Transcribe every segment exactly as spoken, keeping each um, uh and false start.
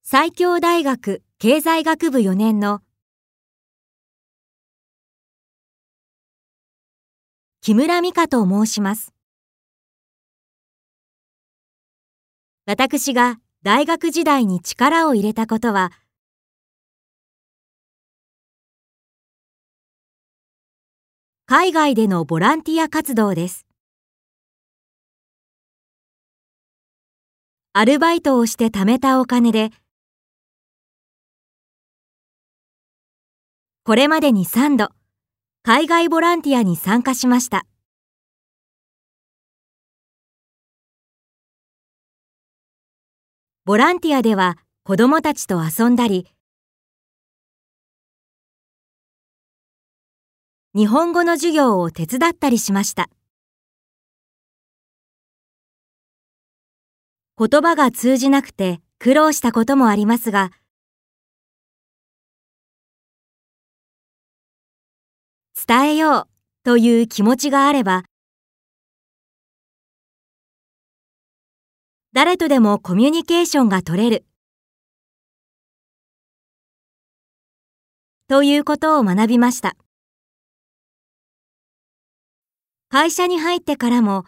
西京大学経済学部よねんの木村美香と申します。私が大学時代に力を入れたことは、海外でのボランティア活動です。アルバイトをして貯めたお金で、これまでにさんど、海外ボランティアに参加しました。ボランティアでは子どもたちと遊んだり、日本語の授業を手伝ったりしました。言葉が通じなくて苦労したこともありますが、伝えようという気持ちがあれば、誰とでもコミュニケーションが取れるということを学びました。会社に入ってからも、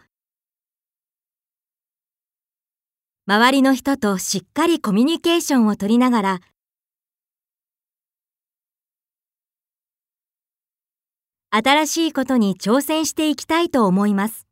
周りの人としっかりコミュニケーションを取りながら、新しいことに挑戦していきたいと思います。